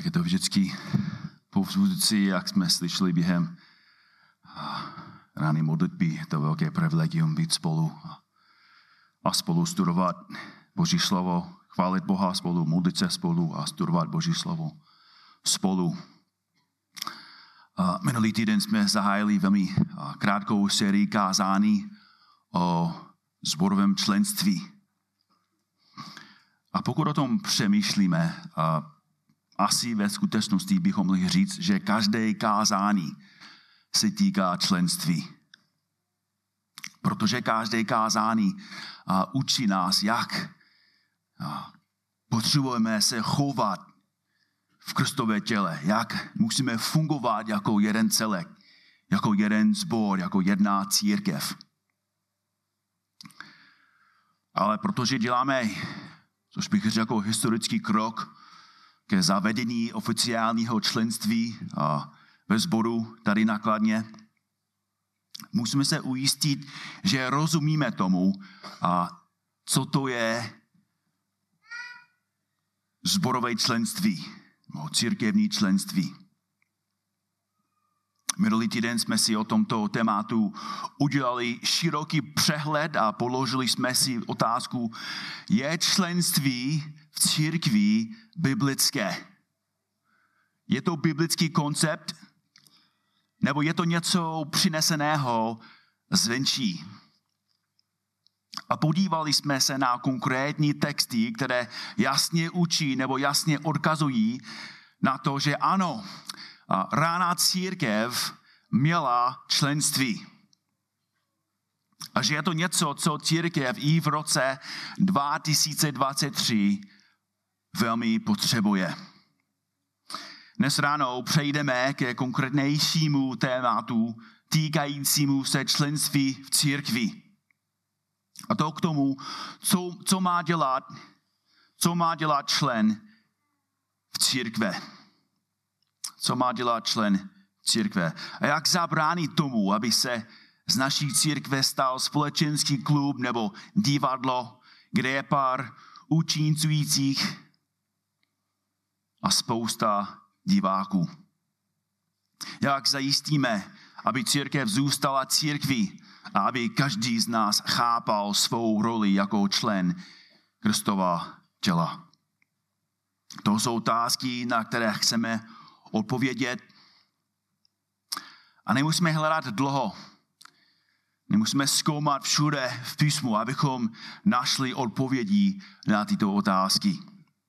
je to vždycky povzbuzující, jak jsme slyšeli během ranní modlitby. Je to velké privilegium být spolu a spolu studovat Boží slovo, chválit Boha spolu, modlit se spolu a studovat Boží slovo spolu. Minulý týden jsme zahájili velmi krátkou sérii kázání o sborovém členství. A pokud o tom přemýšlíme, asi ve skutečnosti bychom mohli říct, že každé kázání se týká členství. Protože každé kázání učí nás, jak potřebujeme se chovat v Kristově těle, jak musíme fungovat jako jeden celek, jako jeden sbor, jako jedna církev. Ale protože děláme, což bych řekl, jako historický krok ke zavedení oficiálního členství ve sboru tady na Kladně, musíme se ujistit, že rozumíme tomu, co to je sborové členství, církevní členství. Minulý týden jsme si o tomto tématu udělali široký přehled a položili jsme si otázku, je členství v církvi biblické? Je to biblický koncept? Nebo je to něco přineseného zvenčí? A podívali jsme se na konkrétní texty, které jasně učí nebo jasně odkazují na to, že ano, raná církev měla členství. A že je to něco, co církev i v roce 2023 velmi potřebuje. Dnes ráno přejdeme ke konkrétnějšímu tématu týkajícímu se členství v církvi. A to k tomu, co má dělat člen v církve. Co má dělat člen církve. A jak zabránit tomu, aby se z naší církve stal společenský klub nebo divadlo, kde je pár účincujících a spousta diváků. Jak zajistíme, aby církev zůstala církví a aby každý z nás chápal svou roli jako člen Kristova těla. To jsou otázky, na které chceme odpovědět. A nemusíme hledat dlouho. Nemusíme zkoumat všude v písmu, abychom našli odpovědi na tyto otázky.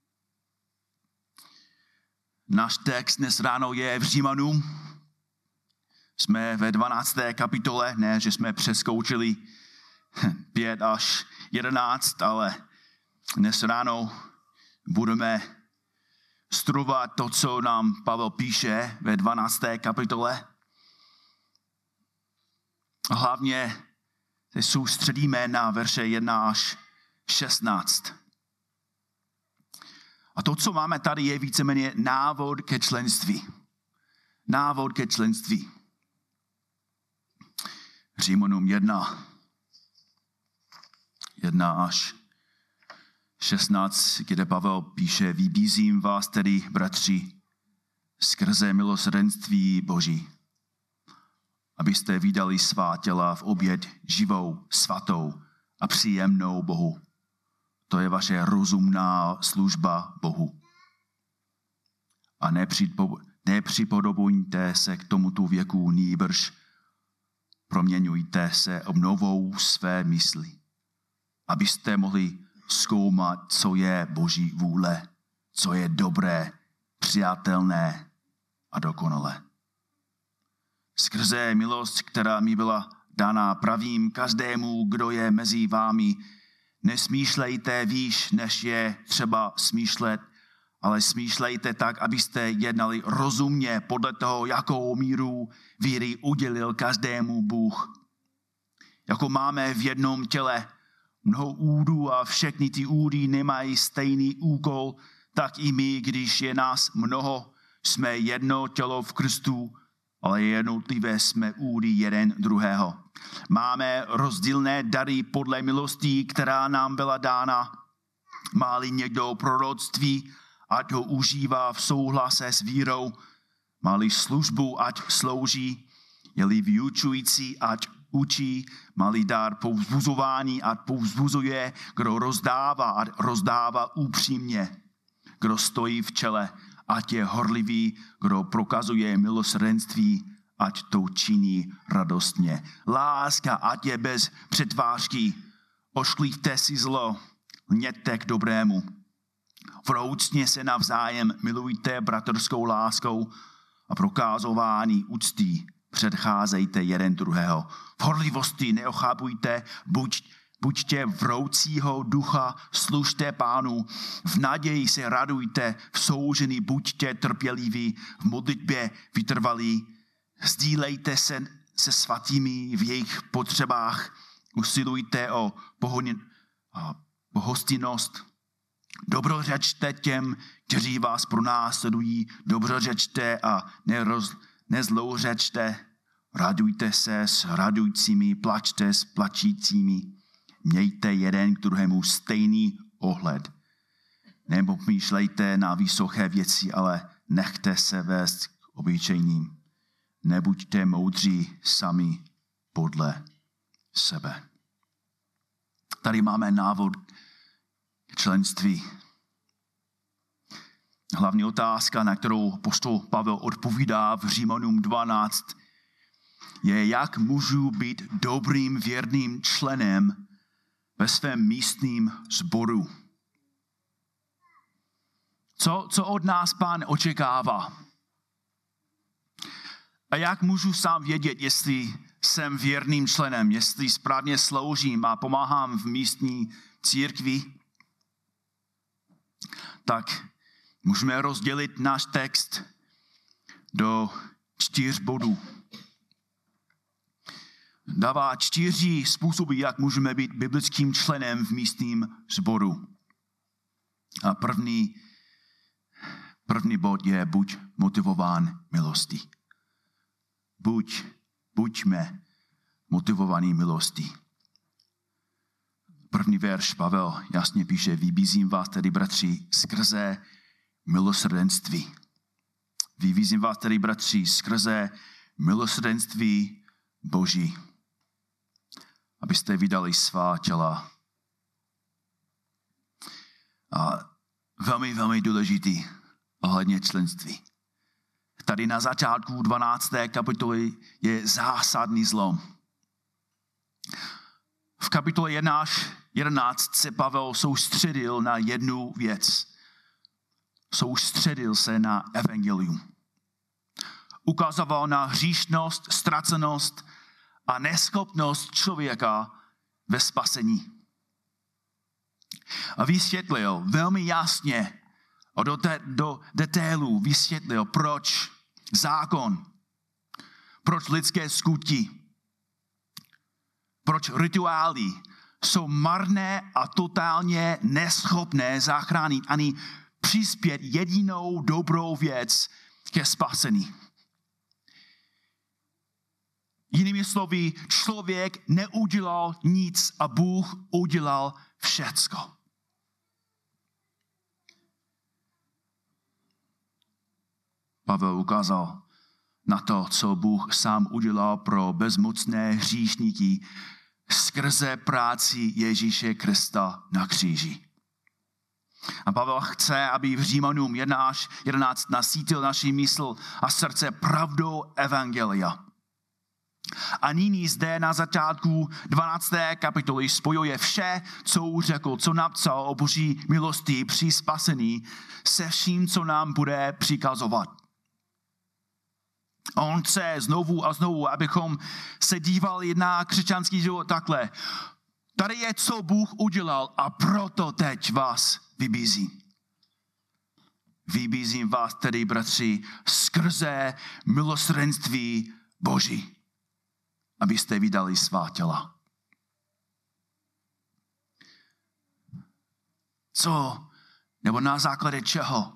Náš text dnes ráno je v Římanům. Jsme ve 12. kapitole, ne, že jsme přeskoučili 5 až 11, ale dnes ráno budeme studovat to, co nám Pavel píše ve 12. kapitole. Hlavně se soustředíme na verše 1 až 16. A to, co máme tady, je víceméně návod ke členství. Návod ke členství. Římanům 1 až 16, kde Pavel píše, vybízím vás tedy, bratři, skrze milosrdenství Boží, abyste vydali svá těla v oběť živou, svatou a příjemnou Bohu. To je vaše rozumná služba Bohu. A nepřipodobujte se k tomuto věku, nýbrž proměňujte se obnovou své mysli, abyste mohli zkoumat, co je Boží vůle, co je dobré, přijatelné a dokonalé. Skrze milost, která mi byla dána, pravím každému, kdo je mezi vámi, nesmýšlejte výš, než je třeba smýšlet, ale smýšlejte tak, abyste jednali rozumně podle toho, jakou míru víry udělil každému Bůh. Jako máme v jednom těle mnoho údů a všechny ty údy nemají stejný úkol, tak i my, když je nás mnoho, jsme jedno tělo v Kristu, ale jednotlivé jsme údy jeden druhého. Máme rozdílné dary podle milosti, která nám byla dána. Má-li někdo proroctví ať ho užívá v souhlase s vírou, má-li službu, ať slouží, je-li vyučující, ať učí, má-li dár povzbuzování, ať povzbuzuje, kdo rozdává, ať rozdává upřímně, kdo stojí v čele, ať je horlivý, kdo prokazuje milosrdenství, ať to činí radostně. Láska, ať je bez přetvářky, ošklivte si zlo, lněte k dobrému. Vroucně se navzájem milujte bratrskou láskou a prokázování úcty předcházejte jeden druhého. V horlivosti neochabujte, buďte vroucího ducha, služte Pánu, v naději se radujte, v soužení buďte trpěliví, v modlitbě vytrvalí, sdílejte se svatými v jejich potřebách, usilujte o pohostinnost, dobrořečte těm, kteří vás pronásledují, dobrořečte a nezlouřečte, radujte se s radujícími, plačte s plačícími, mějte jeden k druhému stejný ohled. Nepomýšlejte na vysoké věci, ale nechte se vést k obyčejným. Nebuďte moudří sami podle sebe. Tady máme návod k členství. Hlavní otázka, na kterou apostol Pavel odpovídá v Římanům 12, je, jak můžu být dobrým věrným členem ve svém místním sboru. Co od nás Pán očekává? A jak můžu sám vědět, jestli jsem věrným členem, jestli správně sloužím a pomáhám v místní církvi? Tak můžeme rozdělit náš text do 4 bodů. Dává 4 způsoby, jak můžeme být biblickým členem v místním sboru. A první bod je buď motivován milostí. Buďme motivovaní milostí. První verš Pavel jasně píše, vybízím vás tedy, bratři, skrze milosrdenství. Vybízím vás tedy, bratři, skrze milosrdenství Boží, abyste vydali svá těla. A velmi, velmi důležitý ohledně členství. Tady na začátku 12. kapitoly je zásadní zlom. V kapitole 1 až 11 se Pavel soustředil na jednu věc. Soustředil se na evangelium. Ukazoval na hříšnost, ztracenost a neschopnost člověka ve spasení. A vysvětlil velmi jasně a do detailů vysvětlil, proč zákon, proč lidské skutky, proč rituály jsou marné a totálně neschopné zachránit ani přispět jedinou dobrou věc ke spasení. Jinými slovy, člověk neudělal nic a Bůh udělal všecko. Pavel ukázal na to, co Bůh sám udělal pro bezmocné hříšníky skrze práci Ježíše Krista na kříži. A Pavel chce, aby v Římanům 1 až 11 nasítil naši mysl a srdce pravdou evangelia. A nyní zde na začátku 12. kapitoly spojuje vše, co řekl, co napsal o Boží milosti při spasení, se vším, co nám bude přikazovat. A on chce znovu a znovu, abychom se dívali na křesťanský život takhle. Tady je, co Bůh udělal a proto teď vás vybízím. Vybízím vás tedy, bratři, skrze milosrdenství Boží, abyste vydali svá těla. Co, nebo na základě čeho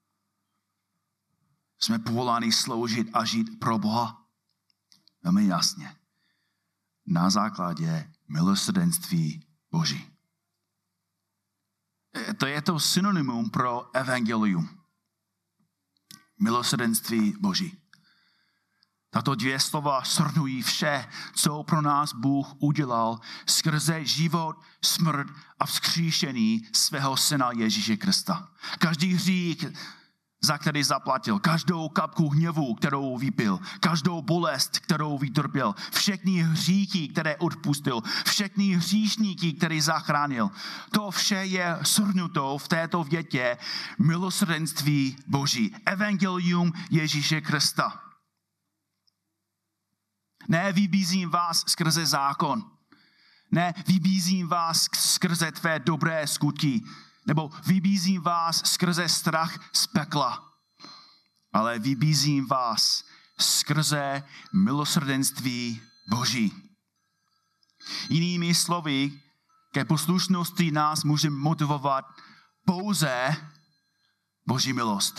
jsme povoláni sloužit a žít pro Boha? Velmi jasně. Na základě milosrdenství Boží. To je to synonymum pro evangelium. Milosrdenství Boží. Tato dvě slova shrnují vše, co pro nás Bůh udělal skrze život, smrt a vzkříšení svého syna Ježíše Krista. Každý hřích, za který zaplatil, každou kapku hněvu, kterou vypil, každou bolest, kterou vytrpěl, všechny hříchy, které odpustil, všechny hříšníky, který zachránil. To vše je shrnuto v této větě milosrdenství Boží. Evangelium Ježíše Krista. Ne, vybízím vás skrze zákon. Ne, vybízím vás skrze tvé dobré skutky. Nebo vybízím vás skrze strach z pekla. Ale vybízím vás skrze milosrdenství Boží. Jinými slovy, ke poslušnosti nás může motivovat pouze Boží milost.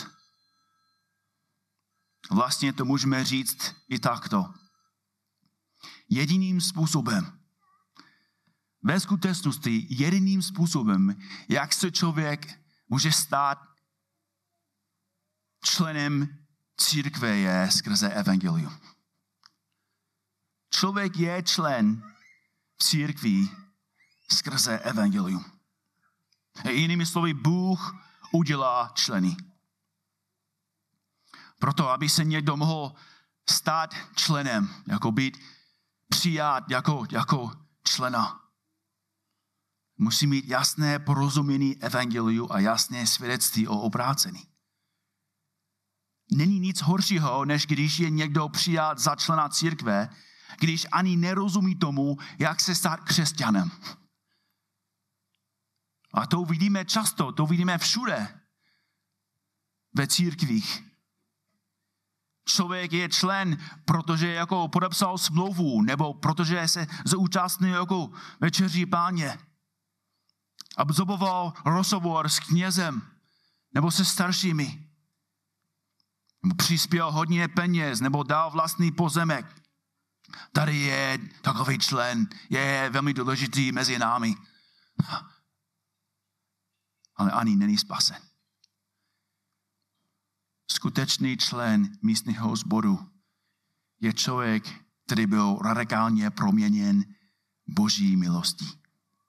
Vlastně to můžeme říct i takto. Jediným způsobem, ve skutečnosti jediným způsobem, jak se člověk může stát členem církve, je skrze evangelium. Člověk je člen církví skrze evangelium. Jinými slovy, Bůh udělá členy. Proto, aby se někdo mohl stát členem, jako být přijat jako člena, musí mít jasné porozumění evangeliu a jasné svědectví o obrácení. Není nic horšího, než když je někdo přijat za člena církve, když ani nerozumí tomu, jak se stát křesťanem. A to vidíme často, to vidíme všude ve církvích. Člověk je člen, protože jako podepsal smlouvu, nebo protože se zúčastnil jako večeří Páně. Absolvoval rozhovor s knězem, nebo se staršími. Nebo přispěl hodně peněz, nebo dal vlastní pozemek. Tady je takový člen, je velmi důležitý mezi námi. Ale ani není spasen. Skutečný člen místního sboru je člověk, který byl radikálně proměněn Boží milostí.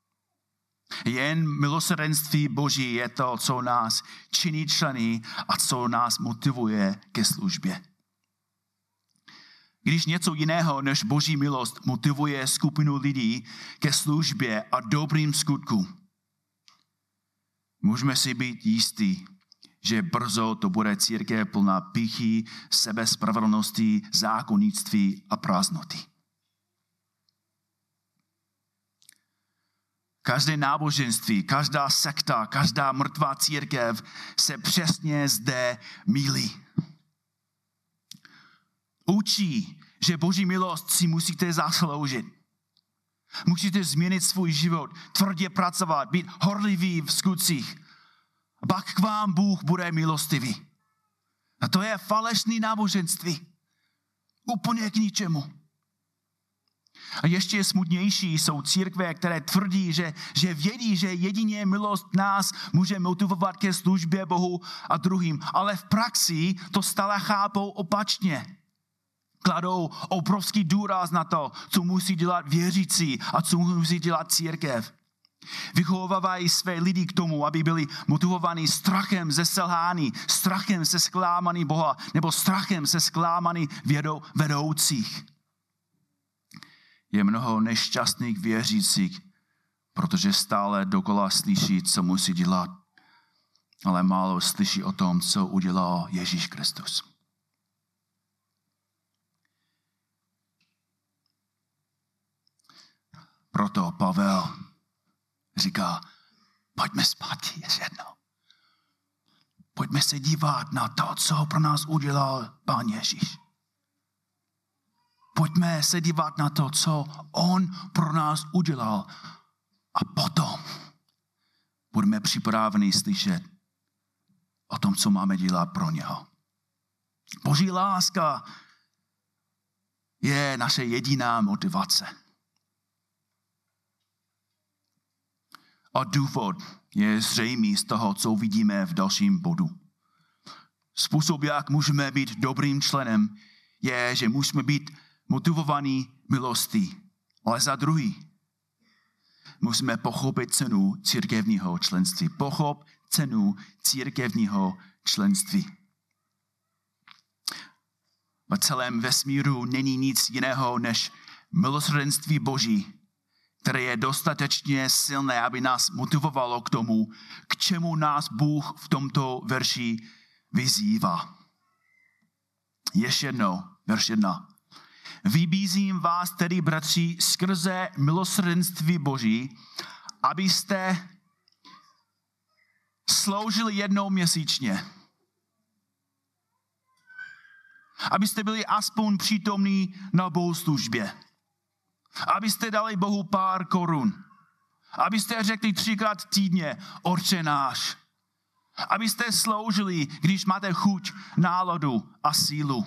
Jen milosrdenství Boží je to, co nás činí členy a co nás motivuje ke službě. Když něco jiného než Boží milost motivuje skupinu lidí ke službě a dobrým skutkům, můžeme si být jistí, že brzo to bude církev plná pýchy, sebespravedlnosti, zákonnictví a prázdnoty. Každé náboženství, každá sekta, každá mrtvá církev se přesně zde mýlí. Učí, že Boží milost si musíte zasloužit. Musíte změnit svůj život, tvrdě pracovat, být horliví v skutcích. A pak k vám Bůh bude milostivý. A to je falešné náboženství. Úplně k ničemu. A ještě smutnější jsou církve, které tvrdí, že vědí, že jedině milost nás může motivovat ke službě Bohu a druhým. Ale v praxi to stále chápou opačně. Kladou obrovský důraz na to, co musí dělat věřící a co musí dělat církev. Vychovávají své lidi k tomu, aby byli motivováni strachem ze selhání, strachem ze zklamání Boha nebo strachem ze zklamání vedoucích. Je mnoho nešťastných věřících, protože stále dokola slyší, co musí dělat, ale málo slyší o tom, co udělal Ježíš Kristus. Proto Pavel říká, pojďme zpátky ještě jednou. Pojďme se dívat na to, co pro nás udělal Pán Ježíš. Pojďme se dívat na to, co on pro nás udělal. A potom budeme připraveni slyšet o tom, co máme dělat pro něho. Boží láska je naše jediná motivace. A důvod, je zřejmý z toho, co vidíme v dalším bodu. Způsob, jak můžeme být dobrým členem, je, že musíme být motivovaní milostí. Ale za druhý, musíme pochopit cenu církevního členství. Pochop cenu církevního členství. V celém vesmíru není nic jiného než milosrdenství Boží, které je dostatečně silné, aby nás motivovalo k tomu, k čemu nás Bůh v tomto verši vyzývá. Ještě jednou, verš 1. Vybízím vás tedy, bratři, skrze milosrdenství Boží, abyste sloužili jednou měsíčně. Abyste byli aspoň přítomní na bohoslužbě. Abyste dali Bohu pár korun. Abyste řekli 3krát týdně Otče náš. Abyste sloužili, když máte chuť, náladu a sílu.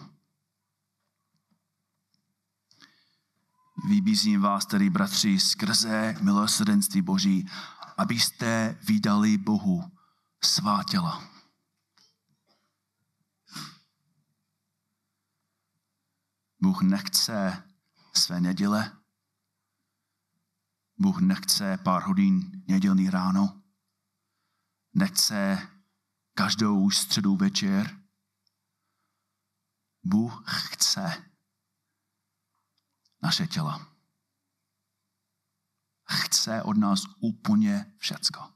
Vybízím vás tedy, bratři, skrze milosrdenství Boží, abyste vydali Bohu svá těla. Bůh nechce své neděle. Bůh nechce pár hodin nedělní ráno. Nechce každou středu večer. Bůh chce naše těla. Chce od nás úplně všecko.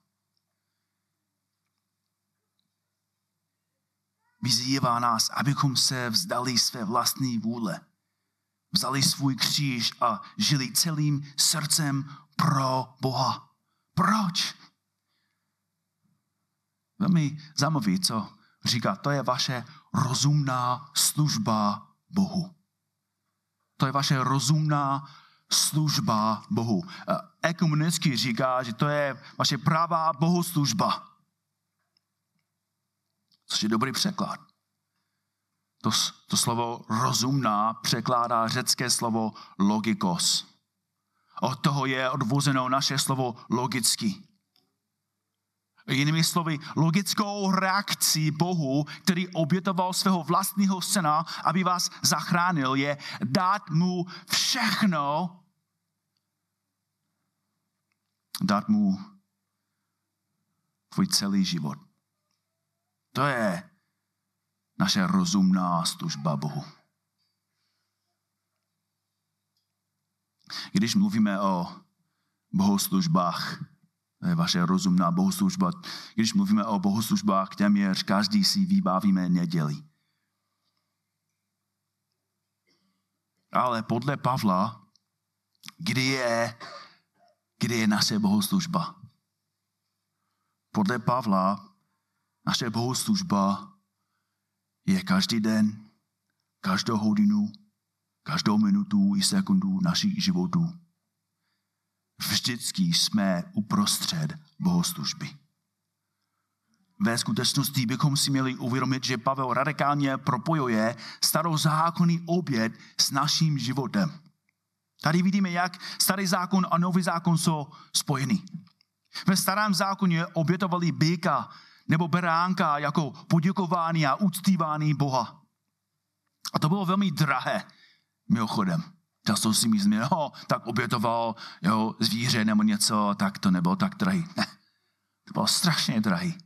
Vyzývá nás, abychom se vzdali své vlastní vůle. Vzali svůj kříž a žili celým srdcem pro Boha. Proč? Velmi zajímavý, co říká, to je vaše rozumná služba Bohu. To je vaše rozumná služba Bohu. Ekumenicky říká, že to je vaše pravá bohoslužba. Což je dobrý překlad. To slovo rozumná překládá řecké slovo logikos. Od toho je odvozeno naše slovo logický. Jinými slovy, logickou reakcí Bohu, který obětoval svého vlastního syna, aby vás zachránil, je dát mu všechno, dát mu tvůj celý život. To je naše rozumná služba Bohu. Když mluvíme o bohoslužbách, to je vaše rozumná bohoslužba. Když mluvíme o bohoslužbách, téměř každý si vybavíme neděli. Ale podle Pavla, kdy je naše bohoslužba? Podle Pavla naše bohoslužba je každý den, každou hodinu, každou minutu i sekundu našich životů. Vždycky jsme uprostřed bohoslužby. Ve skutečnosti bychom si měli uvědomit, že Pavel radikálně propojuje starozákonný oběd s naším životem. Tady vidíme, jak starý zákon a nový zákon jsou spojeny. Ve starém zákoně obětovali býka nebo beránka jako poděkování a uctívání Boha. A to bylo velmi drahé, mimochodem. Často si myslíme, tak obětoval zvíře nebo něco, tak to nebylo tak drahý. Ne, to bylo strašně drahý.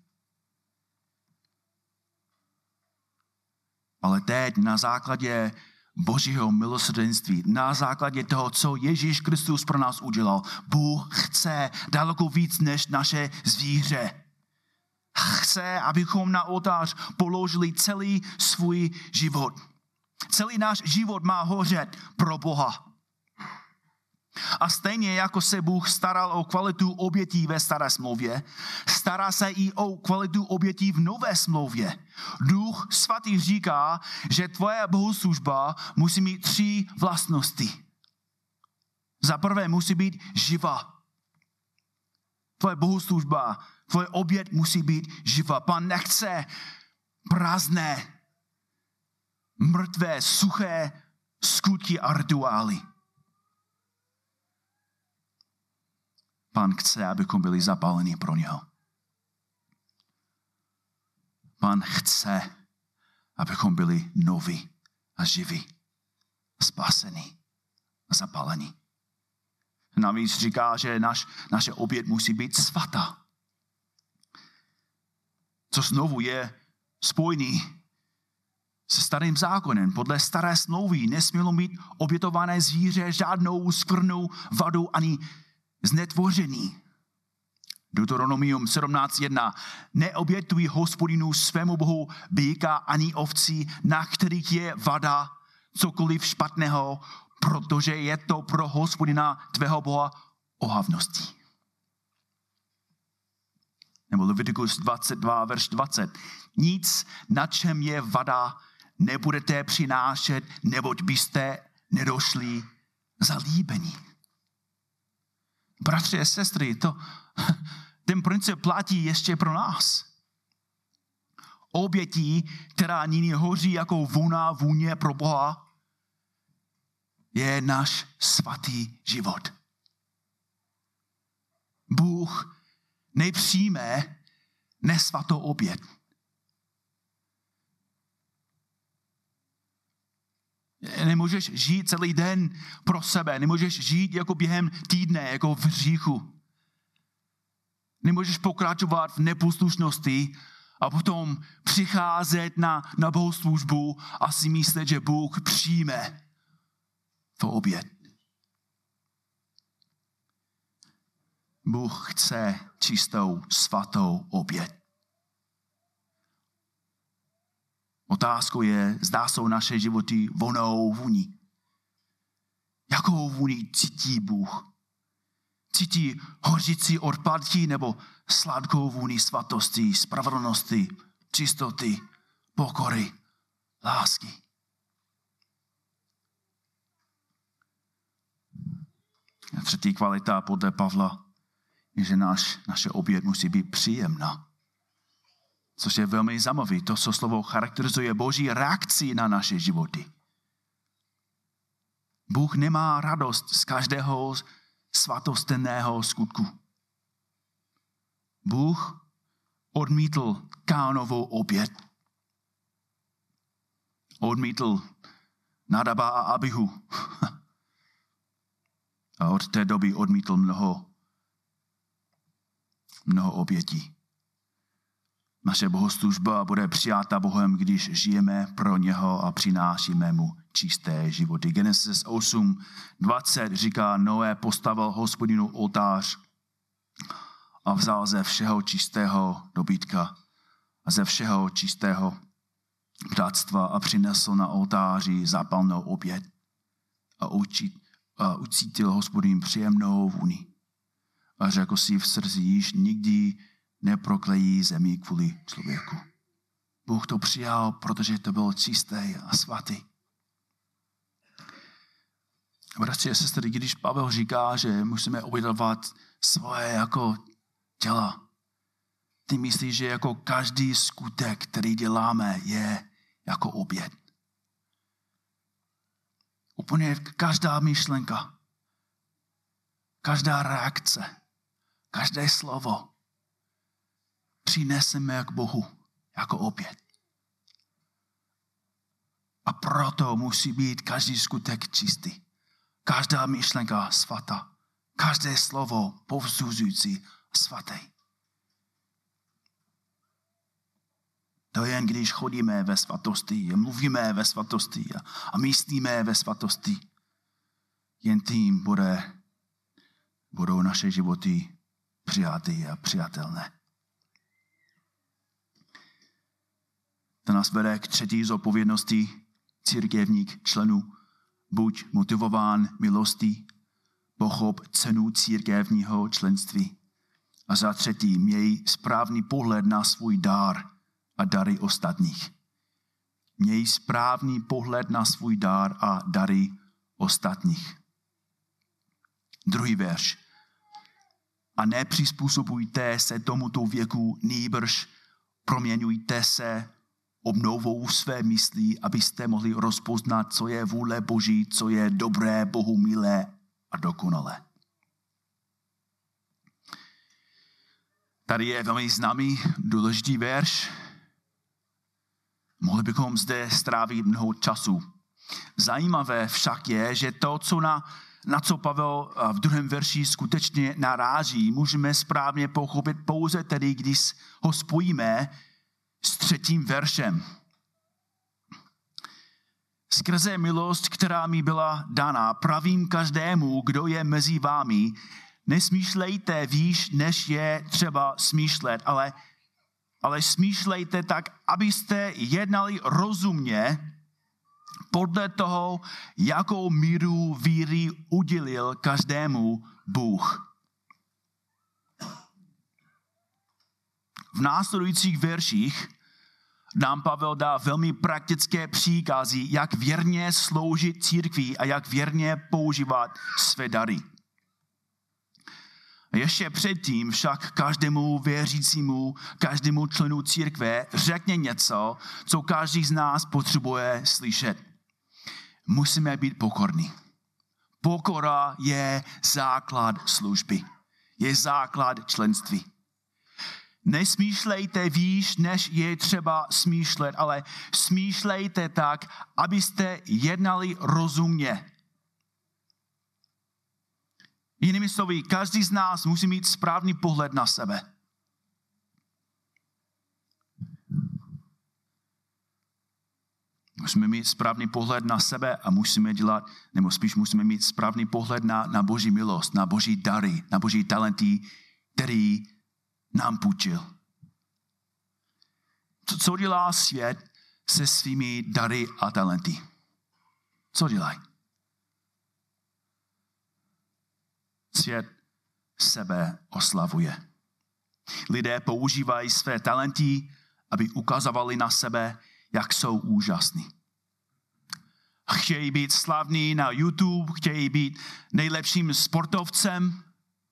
Ale teď na základě Božího milosrdenství, na základě toho, co Ježíš Kristus pro nás udělal, Bůh chce daleko víc než naše zvíře. Chce, abychom na oltář položili celý svůj život. Celý náš život má hořet pro Boha. A stejně jako se Bůh staral o kvalitu obětí ve staré smlouvě, stará se i o kvalitu obětí v nové smlouvě. Duch svatý říká, že tvoje bohoslužba musí mít 3 vlastnosti. Za prvé musí být živá. Tvoje bohoslužba, tvoje oběť musí být živá. Pán nechce prázdné, mrtvé, suché skutky a rituály. Pán chce, abychom byli zapáleni pro něho. Pán chce, abychom byli noví a živí, spasení a zapálení. Navíc říká, že naše oběť musí být svatá. Co znovu je spojený se starým zákonem. Podle staré smlouvy nesmělo mít obětované zvíře žádnou skvrnu, vadu ani znetvoření. Deuteronomium 17.1. Neobětuj Hospodinu svému Bohu býka ani ovci, na kterých je vada, cokoliv špatného, protože je to pro Hospodina tvého Boha ohavností. Nebo Leviticus 22, verš 20. Nic, na čem je vada, nebudete přinášet, neboť byste nedošli zalíbení. Bratři a sestry, ten princip platí ještě pro nás. Obětí, která nyní hoří jako vůně pro Boha, je náš svatý život. Bůh nepřijme nesvatou oběť. Nemůžeš žít celý den pro sebe, nemůžeš žít jako během týdne, jako v hříchu. Nemůžeš pokračovat v neposlušnosti a potom přicházet na bohoslužbu a si myslet, že Bůh přijme to oběť. Bůh chce čistou, svatou oběť. Otázkou je, zda jsou naše životy vonou vůní. Jakou vůni cítí Bůh? Cítí hořící odpadky nebo sladkou vůni svatosti, spravedlnosti, čistoty, pokory, lásky? A třetí kvalita podle Pavla je, že naše oběť musí být příjemná. Což je velmi zajímavé. To, co slovo charakterizuje Boží reakci na naše životy. Bůh nemá radost z každého svatostenného skutku. Bůh odmítl Káinovou oběť. Odmítl Nadaba a Abihu. A od té doby odmítl mnoho obětí. Naše bohoslužba bude přijata Bohem, když žijeme pro něho a přinášíme mu čisté životy. Genesis 8:20 říká, Noé postavil Hospodinu oltář a vzal ze všeho čistého dobytka a ze všeho čistého ptáctva a přinesl na oltáři zápalnou oběť a ucítil Hospodin příjemnou vůni. A řekl si v srdci, již nikdy neproklejí zemi kvůli člověku. Bůh to přijal, protože to bylo čisté a svatý. Bratři a sestry, když Pavel říká, že musíme obětovat svoje jako těla, ty myslíš, že jako každý skutek, který děláme, je jako oběť. Úplně každá myšlenka, každá reakce, každé slovo přineseme k Bohu jako oběť. A proto musí být každý skutek čistý. Každá myšlenka svatá. Každé slovo povzbuzující a svaté. To jen když chodíme ve svatosti, mluvíme ve svatosti a myslíme ve svatosti. Jen tím budou naše životy přijaty a přijatelné. To nás vede k třetí zodpovědnosti církevních členů. Buď motivován milostí, pochop cenu církevního členství. A za třetí, měj správný pohled na svůj dar a dary ostatních. Měj správný pohled na svůj dar a dary ostatních. Druhý verš. A nepřizpůsobujte se tomuto věku, nýbrž proměňujte se obnovou své mysli, abyste mohli rozpoznat, co je vůle Boží, co je dobré, Bohu milé a dokonalé. Tady je velmi známý, důležitý verš. Mohli bychom zde strávit mnoho času. Zajímavé však je, že to, na co Pavel v 2. verši skutečně naráží, můžeme správně pochopit pouze tedy, když ho spojíme s 3. veršem. Skrze milost, která mi byla dána, pravím každému, kdo je mezi vámi, nesmýšlejte výš, než je třeba smýšlet, ale smýšlejte tak, abyste jednali rozumně podle toho, jakou míru víry udělil každému Bůh. V následujících verších nám Pavel dá velmi praktické příkazy, jak věrně sloužit církvi a jak věrně používat své dary. Ještě předtím však každému věřícímu, každému členu církve řekne něco, co každý z nás potřebuje slyšet. Musíme být pokorní. Pokora je základ služby. Je základ členství. Nesmýšlejte výš, než je třeba smýšlet, ale smýšlejte tak, abyste jednali rozumně. Jinými slovy, každý z nás musí mít správný pohled na sebe. Musíme mít správný pohled na sebe a musíme dělat, nebo spíš musíme mít správný pohled na Boží milost, na Boží dary, na Boží talenty, který nám půjčil. Co dělá svět se svými dary a talenty? Co dělají? Svět sebe oslavuje. Lidé používají své talenty, aby ukazovali na sebe, jak jsou úžasní. Chtějí být slavní na YouTube, chtějí být nejlepším sportovcem,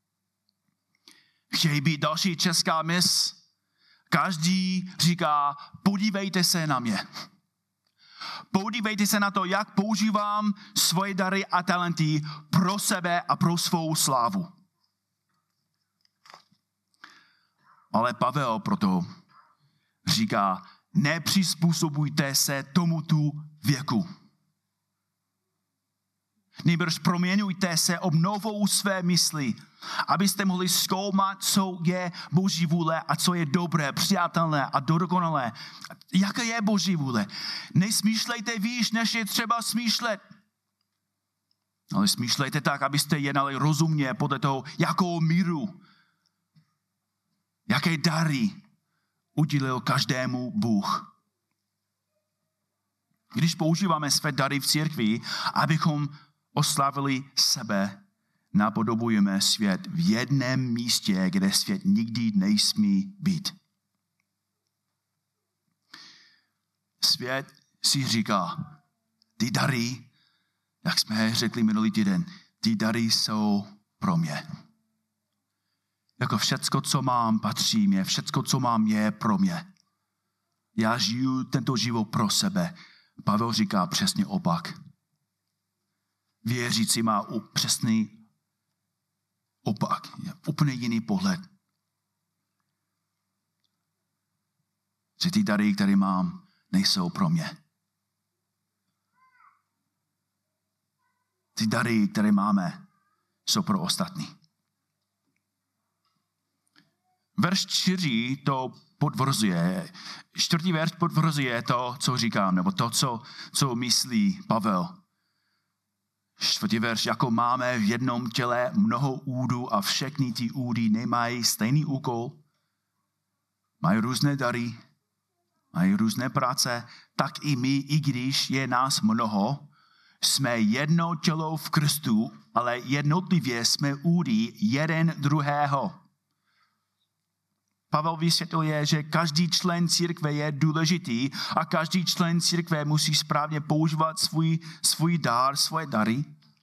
chtějí být další česká miss. Každý říká, podívejte se na mě. Podívejte se na to, jak používám svoje dary a talenty pro sebe a pro svou slávu. Ale Pavel proto říká, nepřizpůsobujte se tomuto věku. Nýbrž proměňujte se obnovou své mysli, abyste mohli zkoumat, co je Boží vůle a co je dobré, přijatelné a dokonalé. Jaké je Boží vůle? Nesmýšlejte výš, než je třeba smýšlet. Ale smýšlejte tak, abyste jednali rozumně podle toho, jakou míru, jaké dary udělil každému Bůh. Když používáme své dary v církvi, abychom oslavili sebe, napodobujeme svět v jednom místě, kde svět nikdy nesmí být. Svět si říká, ty dary, jak jsme řekli minulý týden, ty dary jsou pro mě. Jako všecko, co mám, patří mě. Všecko, co mám, je pro mě. Já žiju tento život pro sebe. Pavel říká přesně opak. Věřící má přesný opak. Je úplně jiný pohled. Že ty dary, které mám, nejsou pro mě. Ty dary, které máme, jsou pro ostatní. Verš 4 to potvrzuje. 4. verš potvrzuje to, co říkám, nebo to, co myslí Pavel. 4. verš, jako máme v jednom těle mnoho údů a všechny ty údy nemají stejný úkol, mají různé dary, mají různé práce, tak i my, i když je nás mnoho, jsme jedno tělo v Kristu, ale jednotlivě jsme údy jeden druhého. Pavel vysvětluje, že každý člen církve je důležitý a každý člen církve musí správně používat svůj dar, svoje dary,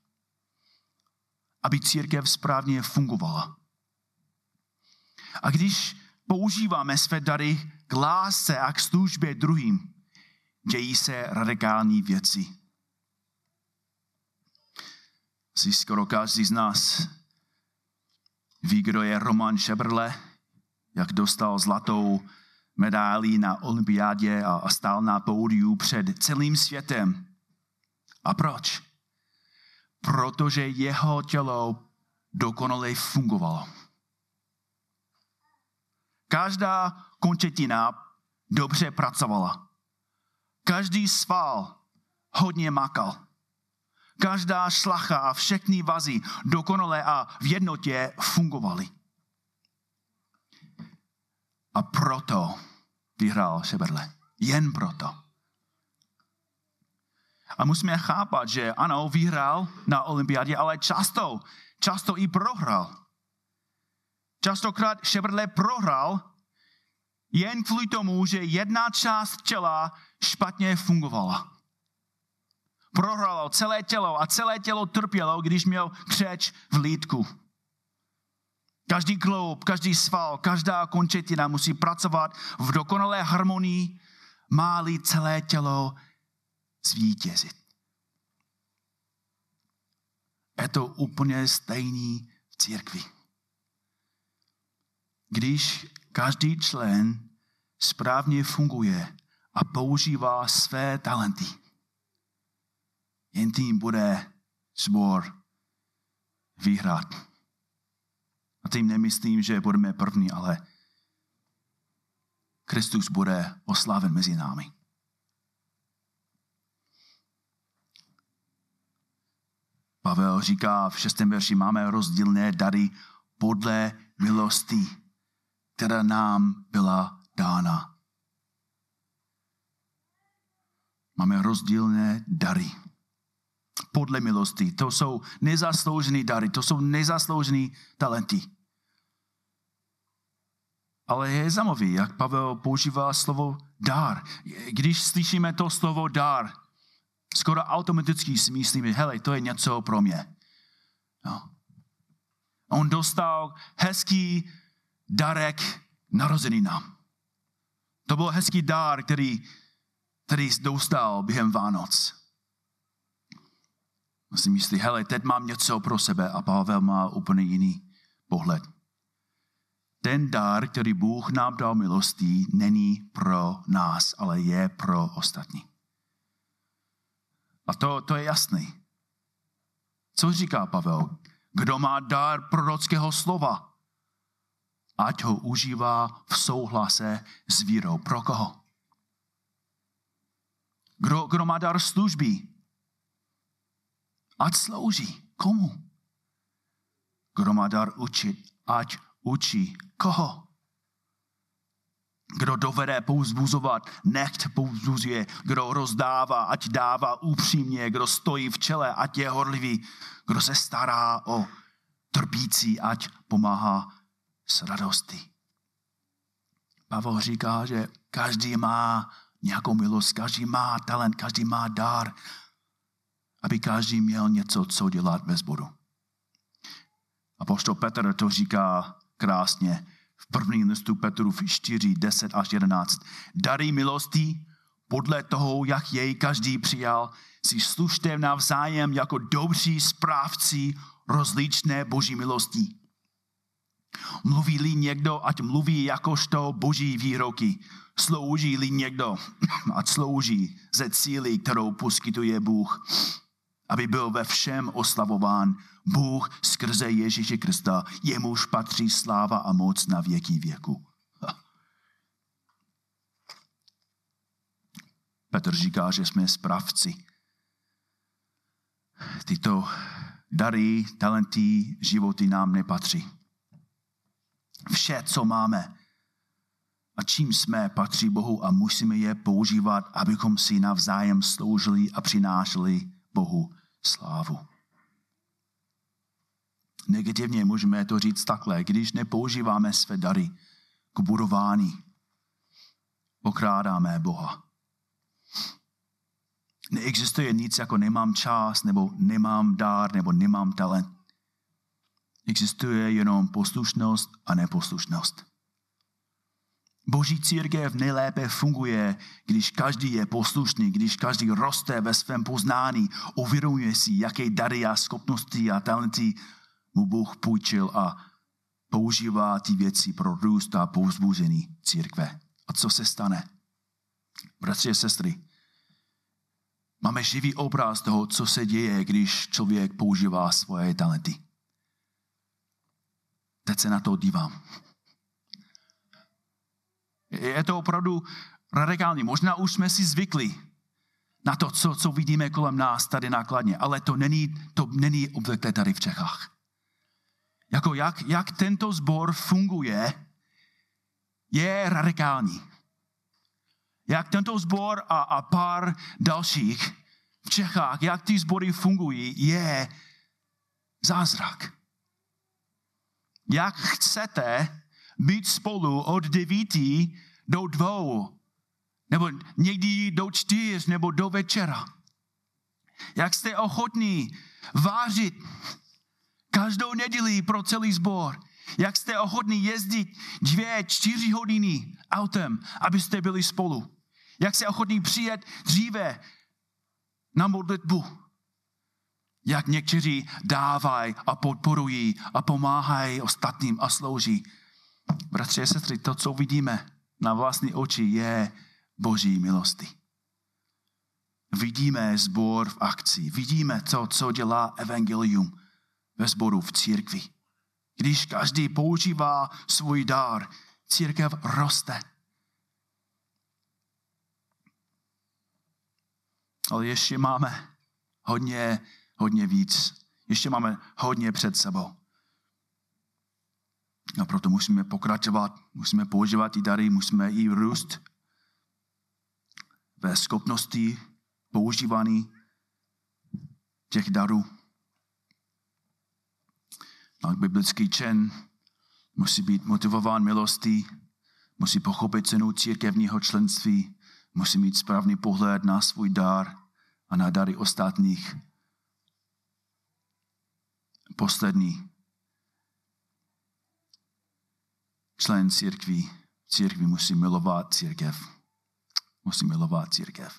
aby církev správně fungovala. A když používáme své dary k lásce a k službě druhým, dějí se radikální věci. Si skoro každý z nás ví, kdo je Roman Šebrle, jak dostal zlatou medailí na olympiádě a stál na pódiu před celým světem. A proč? Protože jeho tělo dokonale fungovalo. Každá končetina dobře pracovala. Každý sval hodně makal. Každá šlacha a všechny vazy dokonale a v jednotě fungovaly. A proto vyhrál Šeberle. Jen proto. A musíme chápat, že ano, vyhrál na olympiádě, ale často i prohrál. Častokrát Šeberle prohrál jen kvůli tomu, že jedna část těla špatně fungovala. Prohralo celé tělo a celé tělo trpělo, když měl křeč v lýtku. Každý kloub, každý sval, každá končetina musí pracovat v dokonalé harmonii, má-li celé tělo zvítězit. Je to úplně stejný v církvi. Když každý člen správně funguje a používá své talenty, jen tím bude sbor vyhrát. A tím nemyslím, že budeme první, ale Kristus bude oslaven mezi námi. Pavel říká v 6. verši, máme rozdílné dary podle milosti, která nám byla dána. Máme rozdílné dary. Podle milosti. To jsou nezasloužené dary, to jsou nezasloužené talenty. Ale je zajímavé, jak Pavel používá slovo dar. Když slyšíme to slovo dar, skoro automaticky si myslíme, hele, to je něco pro mě. No. On dostal hezký darek narozeninám. To byl hezký dar, který dostal během Vánoc. On si myslí, hele, teď mám něco pro sebe a Pavel má úplně jiný pohled. Ten dar, který Bůh nám dal milostí, není pro nás, ale je pro ostatní. A to je jasný. Co říká Pavel? Kdo má dar prorockého slova, ať ho užívá v souhlase s vírou. Pro koho? Kdo má dar služby, ať slouží. Komu? Kdo má dar učit, ať učí. Koho? Kdo dovede povzbuzovat, nechť povzbuzuje. Kdo rozdává, ať dává upřímně. Kdo stojí v čele, ať je horlivý. Kdo se stará o trpící, ať pomáhá s radostí. Pavel říká, že každý má nějakou milost, každý má talent, každý má dar, aby každý měl něco, co dělat ve sboru. Apoštol Petr to říká krásně v prvním listu Petrův 4, 10 až 11. Dary milosti podle toho, jak jej každý přijal, si služte navzájem jako dobří správci rozličné boží milosti. Mluví-li někdo, ať mluví jakožto boží výroky. Slouží-li někdo, ať slouží ze cíli, kterou poskytuje Bůh, aby byl ve všem oslavován Bůh skrze Ježíše Krista, jemuž patří sláva a moc na věky věku. Petr říká, že jsme správci. Tyto dary, talenty, životy nám nepatří. Vše, co máme a čím jsme, patří Bohu a musíme je používat, abychom si navzájem sloužili a přinášeli Bohu slávu. Negativně můžeme to říct takhle, když nepoužíváme své dary k budování, okrádáme Boha. Neexistuje nic jako nemám čas, nebo nemám dar, nebo nemám talent. Existuje jenom poslušnost a neposlušnost. Boží církev nejlépe funguje, když každý je poslušný, když každý roste ve svém poznání, uvědomuje si, jaké dary a schopnosti a talenty mu Bůh půjčil a používá ty věci pro růst a povzbuzení církve. A co se stane? Bratři a sestry, máme živý obraz toho, co se děje, když člověk používá svoje talenty. Teď se na to dívám. Je to opravdu radikální. Možná už jsme si zvykli na to, co vidíme kolem nás tady nákladně, ale to není obvykle tady v Čechách. Jak tento sbor funguje, je radikální. Jak tento sbor a pár dalších v Čechách, jak ty sbory fungují, je zázrak. Jak chcete být spolu od 9 do 2, nebo někdy do 4, nebo do večera. Jak jste ochotní vážit každou neděli pro celý sbor. Jak jste ochotní jezdit 2-4 hodiny autem, abyste byli spolu. Jak jste ochotní přijet dříve na modlitbu. Jak někteří dávají a podporují a pomáhají ostatním a slouží. Bratři a sestry, to, co vidíme na vlastní oči, je Boží milosti. Vidíme sbor v akci. Vidíme to, co dělá evangelium ve sboru, v církvi. Když každý používá svůj dar, církev roste. Ale ještě máme hodně víc. Ještě máme hodně před sebou. A proto musíme pokračovat, musíme používat ty dary, musíme i růst ve schopnosti používání těch darů. A biblický člen musí být motivován milostí, musí pochopit cenu církevního členství, musí mít správný pohled na svůj dar a na dary ostatních. Poslední člen církví musí milovat církev. Musí milovat církev.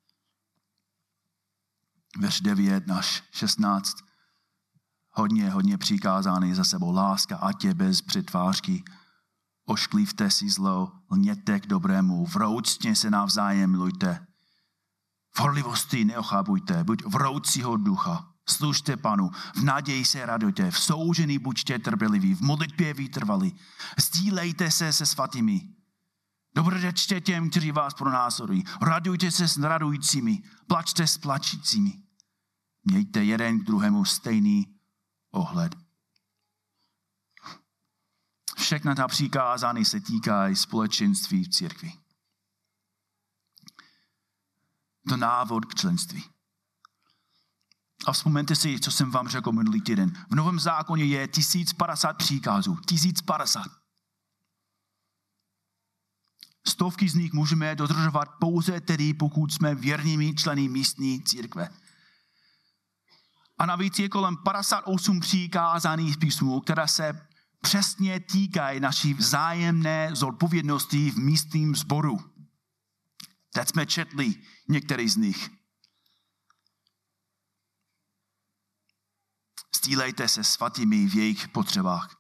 Verš 9 až 16. Hodně přikázány za sebou. Láska, ať je bez přetvářky. Ošklivte si zlo, lněte k dobrému. Vroucně se navzájem milujte. V horlivosti neochabujte. Buď vroucího ducha. Služte Panu, v naději se radujte, v soužení buďte trpěliví, v modlitbě vytrvalí. Sdílejte se svatými. Dobrořečte těm, kteří vás pronásledují. Radujte se s radujícími, plačte s plačícími. Mějte jeden k druhému stejný ohled. Všechna ta přikázání se týkají společenství v církvi. To návod k členství. A vzpomeňte si, co jsem vám řekl minulý týden. V Novém zákoně je 1050 příkazů. 1050. Stovky z nich můžeme dodržovat pouze tedy, pokud jsme věrnými členy místní církve. A navíc je kolem 58 přikázaných písmů, které se přesně týkají naší vzájemné zodpovědnosti v místním sboru. Teď jsme četli některý z nich. Sdílejte se svatými v jejich potřebách.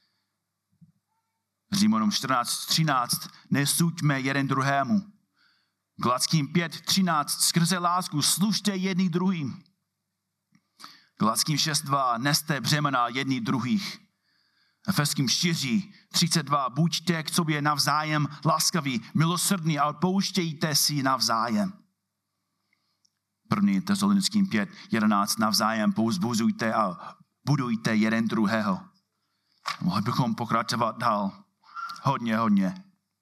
Římanům 14:13 nesuďme jeden druhému. Galackým 5:13 skrze lásku služte jedni druhým. Galackým 6:2 neste břemena jedni druhých. Efeským 4:32 buďte k sobě navzájem laskaví, milosrdní a odpouštějte si navzájem. 1. Tesalonickým 5:11 navzájem povzbuzujte a budujte jeden druhého. Mohli bychom pokračovat dál. Hodně.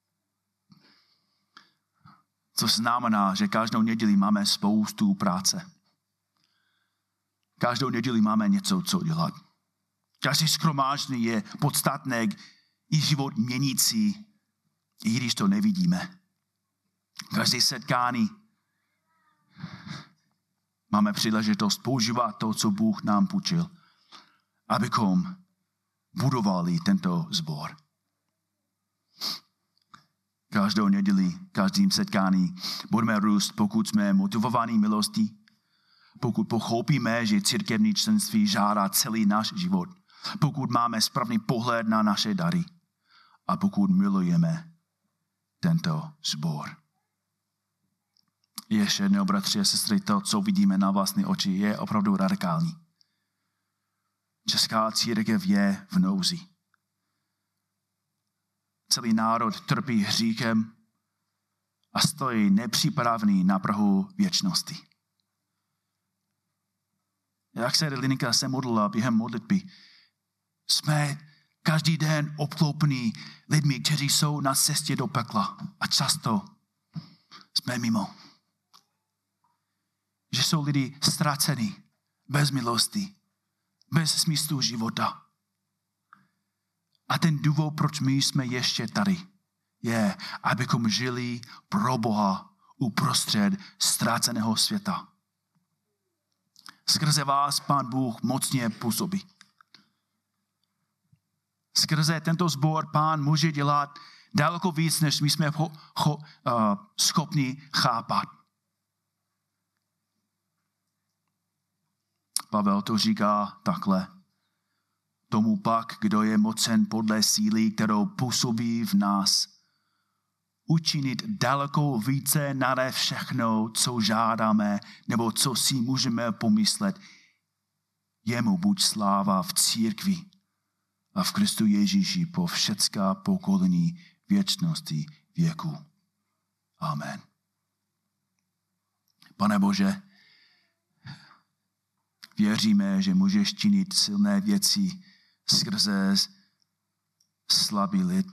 Co znamená, že každou neděli máme spoustu práce. Každou neděli máme něco, co dělat. Každý shromáždění je podstatné i život měnící, i když to nevidíme. Každý setkání máme příležitost používat to, co Bůh nám půjčil, abychom budovali tento sbor. Každou neděli, každým setkání budeme růst, pokud jsme motivovaní milostí, pokud pochopíme, že církevní členství žádá celý náš život, pokud máme správný pohled na naše dary a pokud milujeme tento sbor. Ještě jednou, bratři a sestry, to, co vidíme na vlastní oči, je opravdu radikální. Česká církev je v nouzi. Celý národ trpí hříchem a stojí nepřipravený na prahu věčnosti. Jak se Linika se modlila během modlitby, jsme každý den obklopení lidmi, kteří jsou na cestě do pekla a často jsme mimo. Že jsou lidi ztraceni, bez milosti, bez smyslu života. A ten důvod, proč my jsme ještě tady, je, abychom žili pro Boha uprostřed ztraceného světa. Skrze vás Pán Bůh mocně působí. Skrze tento sbor Pán může dělat daleko víc, než my jsme schopni chápat. Pavel to říká takhle. Tomu pak, kdo je mocen podle síly, kterou působí v nás, učinit daleko více nade všechno, co žádáme, nebo co si můžeme pomyslet. Jemu buď sláva v církvi a v Kristu Ježíši po všecká pokolení věčnosti věku. Amen. Pane Bože, věříme, že můžeš činit silné věci skrze slabý lid.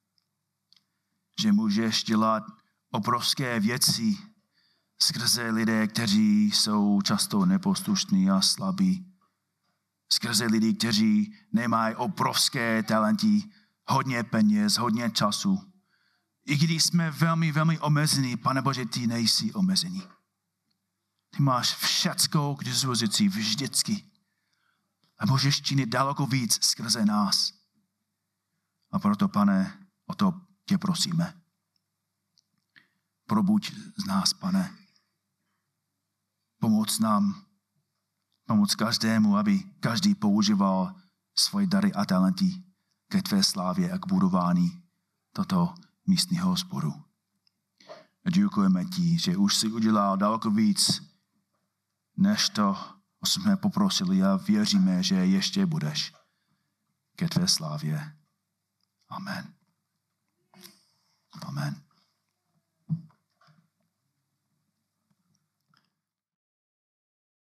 Že můžeš dělat obrovské věci skrze lidé, kteří jsou často neposlušní a slabí. Skrze lidi, kteří nemají obrovské talenty, hodně peněz, hodně času. I když jsme velmi, velmi omezení, Pane Bože, ty nejsi omezený. Ty máš všecko k dispozici vždycky. A můžeš činit daleko víc skrze nás. A proto, Pane, o to tě prosíme. Probuď z nás, Pane. Pomoc nám, pomoc každému, aby každý používal svoje dary a talenty ke tvé slávě a k budování toto místního sboru. A děkujeme ti, že už jsi udělal daleko víc, než to, o co jsme poprosili, a věříme, že ještě budeš ke tvé slávě. Amen. Amen.